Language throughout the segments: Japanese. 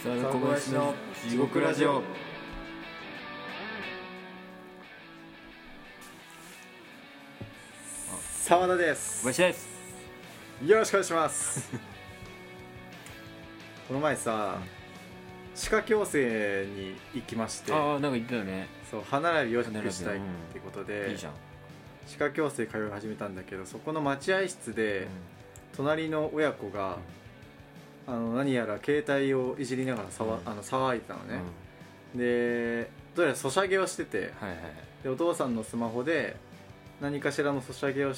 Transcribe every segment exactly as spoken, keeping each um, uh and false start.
沢田小林の地獄ラジオ。 沢田です。 小林です。 よろしくお願いしますこの前さ、歯科矯正に行きまして、 ああ、なんか言ってたね。 そう、歯並びを良くしたいってことで、 うん、いいじゃん。 歯科矯正通い始めたんだけど、そこの待合室で、うん、隣の親子が、うん、あの何やら携帯をいじりながらさわ、うん、あの騒いでたのね、うん、でどうやらソシャゲをしてて、はいはい、でお父さんのスマホで何かしらのソシャゲをして、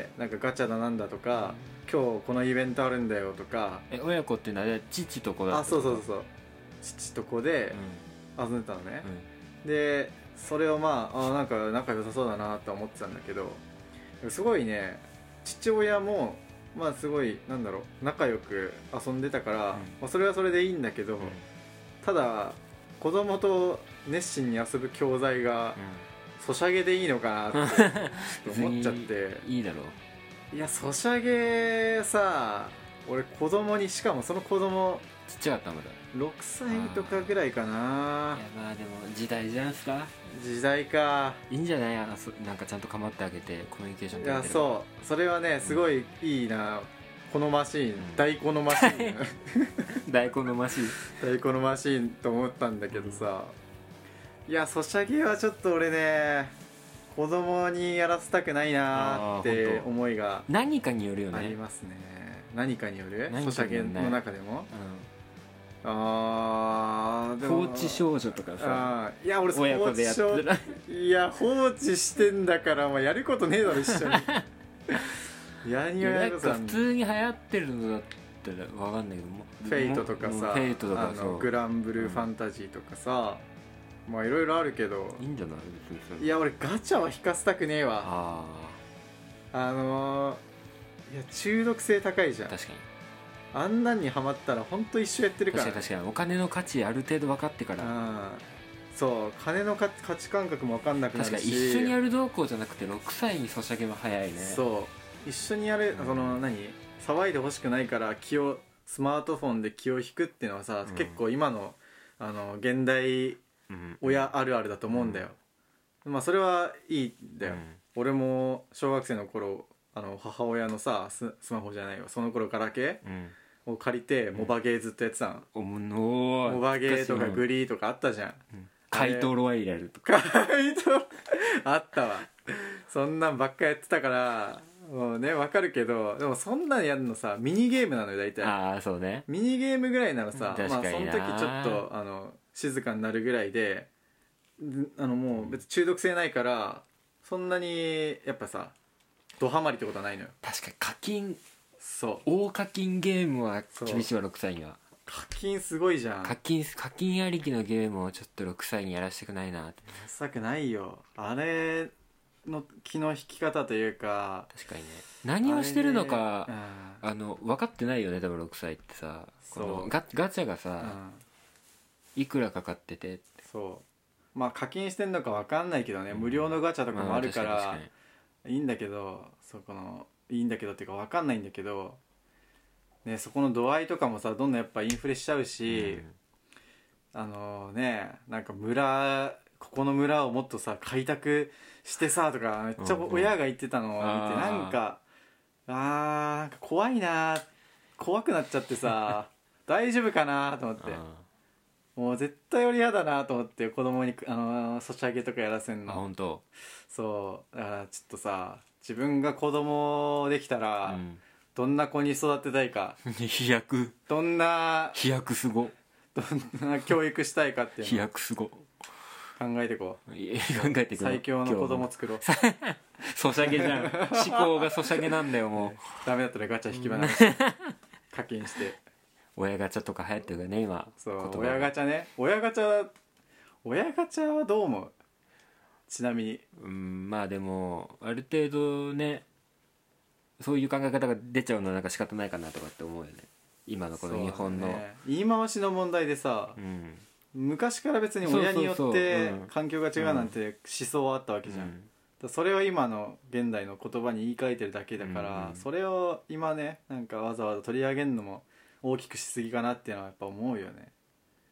なんかガチャだなんだとか、うん、今日このイベントあるんだよとか。 え、親子っていうのは父と子だった？ あ、そうそうそう、父と子で遊んでたのね、うん、でそれをまあ、あ、なんか仲良さそうだなと思ってたんだけど、すごいね、父親もまあすごいなんだろう、仲良く遊んでたから、うん、まあ、それはそれでいいんだけど、うん、ただ子供と熱心に遊ぶ教材が、うん、ソシャゲでいいのかなって思っちゃっていいだろう。 いや、ソシャゲさ、俺子供に、しかもその子供ちっちゃかったまだろくさいとかぐらいかな。いや、 まあでも時代じゃないですか。 時代か。 いいんじゃない？あ、そなんかちゃんと構ってあげてコミュニケーション取ってる。いや、そう、それはね、すごいいいな、うん、このマシーン、うん、大このマシーン大このマシーン大このマシーンと思ったんだけどさ、うん、いや、ソシャゲはちょっと俺ね、子供にやらせたくないなって思いが何かによるよね。 ありますね。何かによる？ソシャゲの中でも、うん、あー、でも放置少女とかさ、 いや俺親子でやってるいや、放置してんだから、まあ、やることねえだろ一緒にやにやるさ、 普通に流行ってるのだったら分かんないけども、 フェイトとかさ、 フェイトとか、 あのグランブルーファンタジーとかさ、うん、まあいろいろあるけど、 いいんじゃない？ いや、俺ガチャは引かせたくねえわ。 ああのー、いや、中毒性高いじゃん。 確かに。 あんなんにハマったら本当一生やってるから。 確かに確かに。お金の価値ある程度分かってから、 あ、そう、金の価値感覚も分かんなくなるし、 確かに一緒にやる動向じゃなくてろくさいにソシャゲは早いね。 そう、一緒にやる、うん、その何騒いでほしくないから気を、スマートフォンで気を引くっていうのはさ、うん、結構今のあの現代親あるあるだと思うんだよ、うん、まあそれはいいんだよ、うん、俺も小学生の頃、あの母親のさ ス, スマホじゃないわ、その頃ガラケーを借りて、うん、モバゲーずっとやってたの、うん、モバゲーとかグリーとかあったじゃん、うん、 怪盗ロワイヤルとか怪盗あったわそんなんばっかやってたからもうね、わかるけど、でもそんなのやるのさ、ミニゲームなのよ大体。 ああ、そうね。 ミニゲームぐらいならさ、 確かにな、 まあその時ちょっとあの静かになるぐらいで、あのもう別に中毒性ないから、そんなにやっぱさドハマりってことはないのよ。 確かに課金、 そう、 大課金ゲームは厳しいわ、ろくさいには。 課金すごいじゃん。 課金課金ありきのゲームをちょっとろくさいにやらせたくないなって。 やらせたくないよ、あれの気の引き方というか。 確かにね、何をしてるのか、あ、うん、あの分かってないよね多分ろくさいってさ。この ガ, ガチャがさ、うん、いくらかかってて、 そう、まあ課金してんのか分かんないけどね、うん、無料のガチャとかもあるから、まあ、いいんだけど、そこのいいんだけどっていうか分かんないんだけど、ね、そこの度合いとかもさ、どんどんやっぱインフレしちゃうし、うん、あのね、なんか村、ここの村をもっとさ開拓してさとかめっちゃ親が言ってたのを見て、なんかあー、なんか怖いな、怖くなっちゃってさ大丈夫かなと思って、もう絶対俺嫌だなと思って、子供にあのソシャゲとかやらせんの。 あ、本当。 そうだからちょっとさ、自分が子供できたら、うん、どんな子に育てたいか飛躍、 どんな飛躍すご、 どんな教育したいかっていうの飛躍すご考えてこう。 考えてこう。 最強の子供作ろうソシャゲじゃん思考がソシャゲなんだよもうダメだったらガチャ引き離して課金して親ガチャとか流行ってるからね今。 そう、親ガチャね、親ガチャ、親ガチャはどう思う？ちなみに。 うん、まあでもある程度ね、そういう考え方が出ちゃうのはなんか仕方ないかなとかって思うよね、今のこの日本の、ね、 言い回しの問題でさ、うん、昔から別に親によって環境が違うなんて思想はあったわけじゃん、うん、それを今の現代の言葉に言い換えてるだけだから、うん、それを今ね、なんかわざわざ取り上げるのも大きくしすぎかなっていうのはやっぱ思うよね。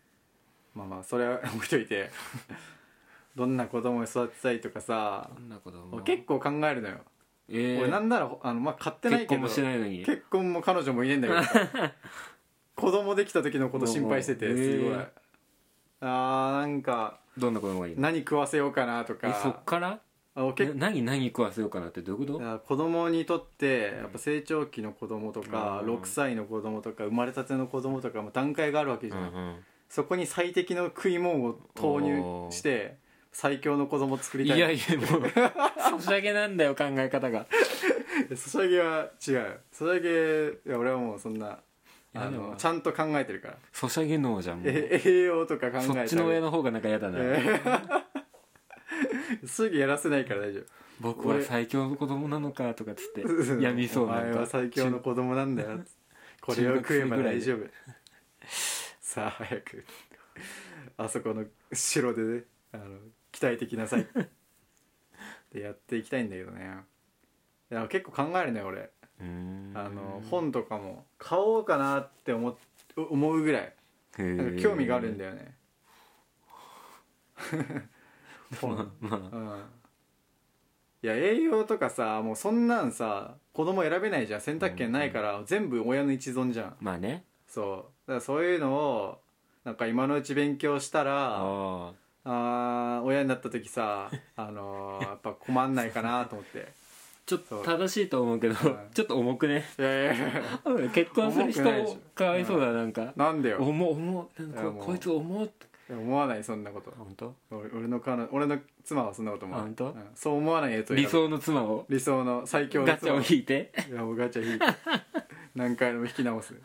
まあまあそれは置いといてどんな子供を育てたいとかさ、 どんな子供結構考えるのよ、 えー、 俺なんならあの、まあ、買ってないけど結婚もしてないのに結婚も彼女もいねえんだけど子供できた時のこと心配してて、すごい、えー、あーなんかどんな子供がいいの？ 何食わせようかなとか。 えそっからあけ何何食わせようかなってどういうこと？ 子供にとってやっぱ成長期の子供とか、 うん、 ろくさいの子供とか生まれたての子供とかも段階があるわけじゃん、うんうん、そこに最適の食い物を投入して最強の子供作りたい。 いやいやもうソシャゲなんだよ考え方がソシャゲは違う。ソシャゲいや俺はもうそんなあのちゃんと考えてるから。 ソシャゲ脳じゃんもう。 え栄養とか考えたらそっちの上の方がなんか嫌だな、えー、すぐやらせないから大丈夫。 僕は最強の子供なのかとかっつってやみそうなんかお前は最強の子供なんだよこれを食えば大丈夫さあ早くあそこの城でねあの鍛えてきなさいでやっていきたいんだけどね。いや結構考えるね俺。うーんあの本とかも買おうかなって思思うぐらいなんか興味があるんだよね本、まあうん、いや栄養とかさもうそんなんさ子供選べないじゃん。選択権ないから全部親の一存じゃん。 まあね。 そうだからそういうのをなんか今のうち勉強したらああ親になった時さあのー、やっぱ困んないかなと思ってちょっと正しいと思うけど、うん、ちょっと重くね。いやいやいや結婚する人もかわいそうだ。なんかなんでよ重重なんかこいつ重っ思わないそんなこと。 本当？ 俺, 俺の彼俺の妻はそんなこと思わない。 本当？ うん、そう思わないやつを理想の妻を理想の最強のガチャを引いていやもうガチャ引いて何回も引き直すもう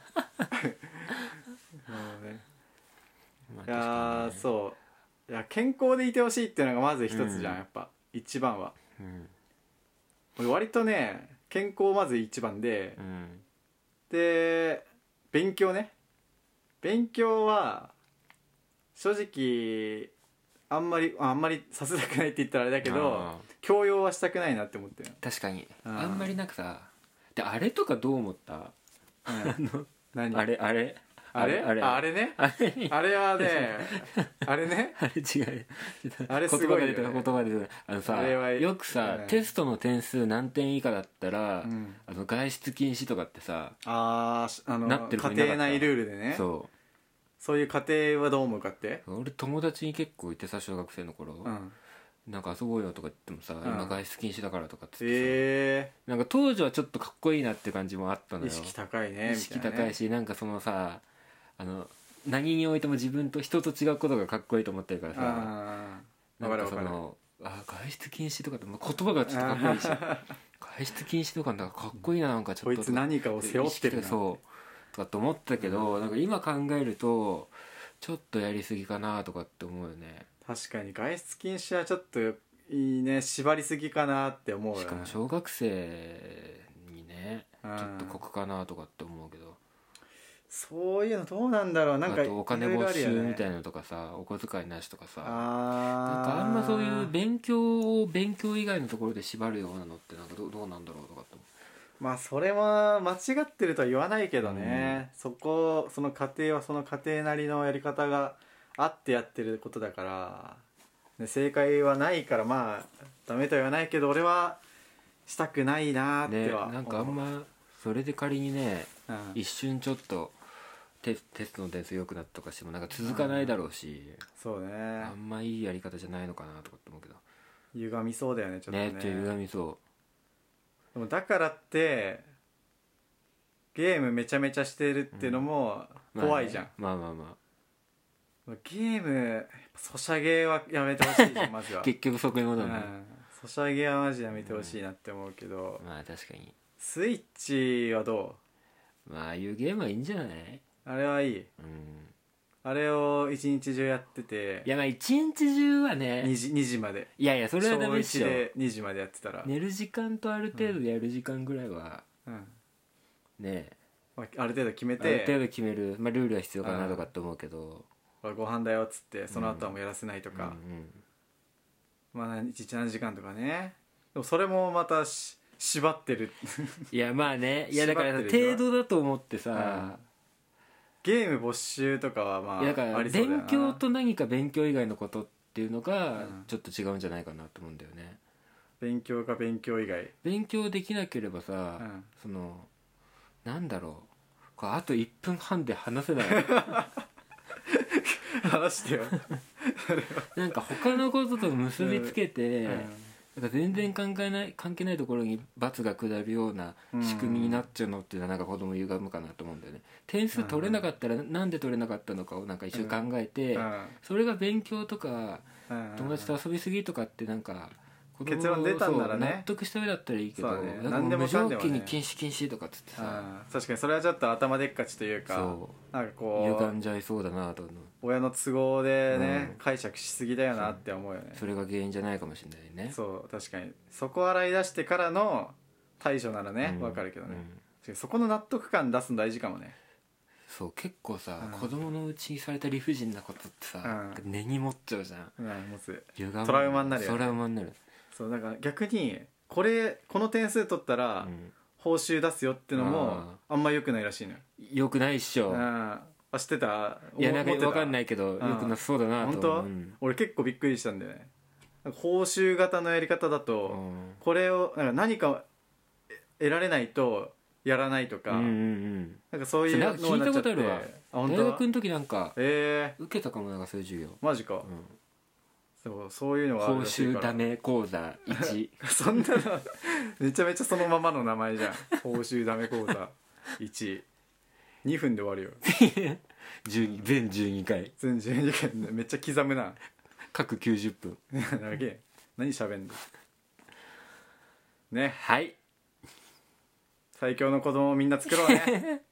ね、まあ、いや、ね、そういや健康でいてほしいっていうのがまず一つじゃん、うん、やっぱ一番は、うん、俺割とね健康まず一番で、うん、で勉強ね勉強は正直あんまりあんまりさせたくないって言ったらあれだけど強要はしたくないなって思ってる。 確かに あ, あんまりなんかさであれとかどう思った、うん、何あれあれあれあれあれねあれあれはねあれねあれ違うあれすごいよ、ね、 言葉が出た言葉で出たあのさあよくさ、うん、テストの点数何点以下だったら、うん、あの外出禁止とかってさああのなってる家庭内ルールでね。そうそういう家庭はどう思うかって。 俺友達に結構いてさ小学生の頃、うん、なんか遊ぼうよとか言ってもさ、うん、今外出禁止だからとかって言ってさ、えー、なんか当時はちょっとかっこいいなって感じもあったのよ。 意識高いね。 意識高いし、ね、なんかそのさあの何においても自分と人と違うことがかっこいいと思ってるからさ、なんかそのあ外出禁止とかって言葉がちょっとかっこいいし外出禁止とかなんかかっこいいな、なんかちょっとこいつ何かを背負ってるなそうとかと思ったけど、うん、なんか今考えるとちょっとやりすぎかなとかって思うよね。 確かに外出禁止はちょっといいね、縛りすぎかなって思うよね。 しかも小学生にね、うん、ちょっと酷かなとかって思うけど、 そういうのどうなんだろう。なんかあとお金没収みたいなのとかさ、お小遣いなしとかさ、あなんかあんまそういう勉強を勉強以外のところで縛るようなのってなんか ど, どうなんだろうとかって思う。 まあそれは間違ってるとは言わないけどね、うん、そこその家庭はその家庭なりのやり方があってやってることだから、ね、正解はないからまあダメとは言わないけど俺はしたくないなっては、 ね、なんかあんまそれで仮にね、うん、一瞬ちょっと テ, テストの点数良くなったとかしてもなんか続かないだろうし、うん、 そうね、 あんまいいやり方じゃないのかなとかって思うけど、 歪みそうだよねちょっとね。 ね、ちょっと歪みそう。 でもだからってゲームめちゃめちゃしてるっていうのも怖いじゃん、 うん、まあね、まあまあまあゲームソシャゲはやめてほしいじゃんまずは結局そこに戻るね、うん、 ソシャゲはマジやめてほしいなって思うけど、 うん、まあ確かにスイッチはどう。まあああいうゲームはいいんじゃない。 あれはいい、うん、あれを一日中やってて、 いやまあ一日中はね 2, 時にじまで、 いやいやそれはダメっしょ。 小いちでにじまでやってたら寝る時間とある程度やる時間ぐらいは、うん、ねえ、 まあ、ある程度決めてある程度決める、まあ、ルールは必要かなとかって思うけど、 ご飯だよっつってその後はもうやらせないとか、うんうんうん、まあいちにち何時間とかね。でもそれもまたし縛ってるいやまあね、いやだから程度だと思ってさ、 ゲーム没収とかはまあだからありそうだよな。 勉強と何か勉強以外のことっていうのがうんちょっと違うんじゃないかなと思うんだよね。 勉強か勉強以外。 勉強できなければさ、 うんそのなんだろう、これあといっぷんはんで話せない話してよ。 なんか他のことと結びつけて、 うんなんか全然関係ない関係ないところに罰が下るような仕組みになっちゃうのっていうのはなんか子供歪むかなと思うんだよね。点数取れなかったらなんで取れなかったのかをなんか一緒に考えて、 うんそれが勉強とかうん友達と遊びすぎとかってなんか子供結論出たんならねそう納得した上だったらいいけど、 そうだねなんか何でも無かんでもね条件に禁止禁止とかっつってさ、 うん確かにそれはちょっと頭でっかちというか、 そなんかうこ歪んじゃいそうだなと思う。 う親の都合でね、 うん解釈しすぎだよなって思うよね。 それが原因じゃないかもしれないね。 そう確かにそこ洗い出してからの対処ならねうんわかるけどね、 うんそこの納得感出すの大事かもね。 そう結構さ、 うん子供のうちにされた理不尽なことってさ、 う根に持っちゃうじゃん。 うん持つ歪むトラウマになるよねトラウマになる、 そうだから逆にこれこの点数取ったらうん報酬出すよってのもあんま良くないらしいのよ。 よくないっしょ。 うんあ知ってた？ いやなんか思ってた分かんないけど、 んよくなそうだなと本当、 思う。うん俺結構びっくりしたんだよね。報酬型のやり方だと、 うんこれをなんか何か得られないとやらないとか、 うんうんうんなんかそういうなんか聞いたことあるわ。 あ本当？ 大学の時なんかえ受けたかも、なんかそういう授業、 ー、マジか、 うんそうそういうのがあ報るらしいから酬ダメ講座いちそんなのめちゃめちゃそのままの名前じゃん。報酬ダメ講座いちにふんで終わるよ。 じゅうに全じゅうにかい全じゅうにかいめっちゃ刻むな。 各きゅうじゅっぷん。 長え何喋んのね。 はい最強の子供をみんな作ろうね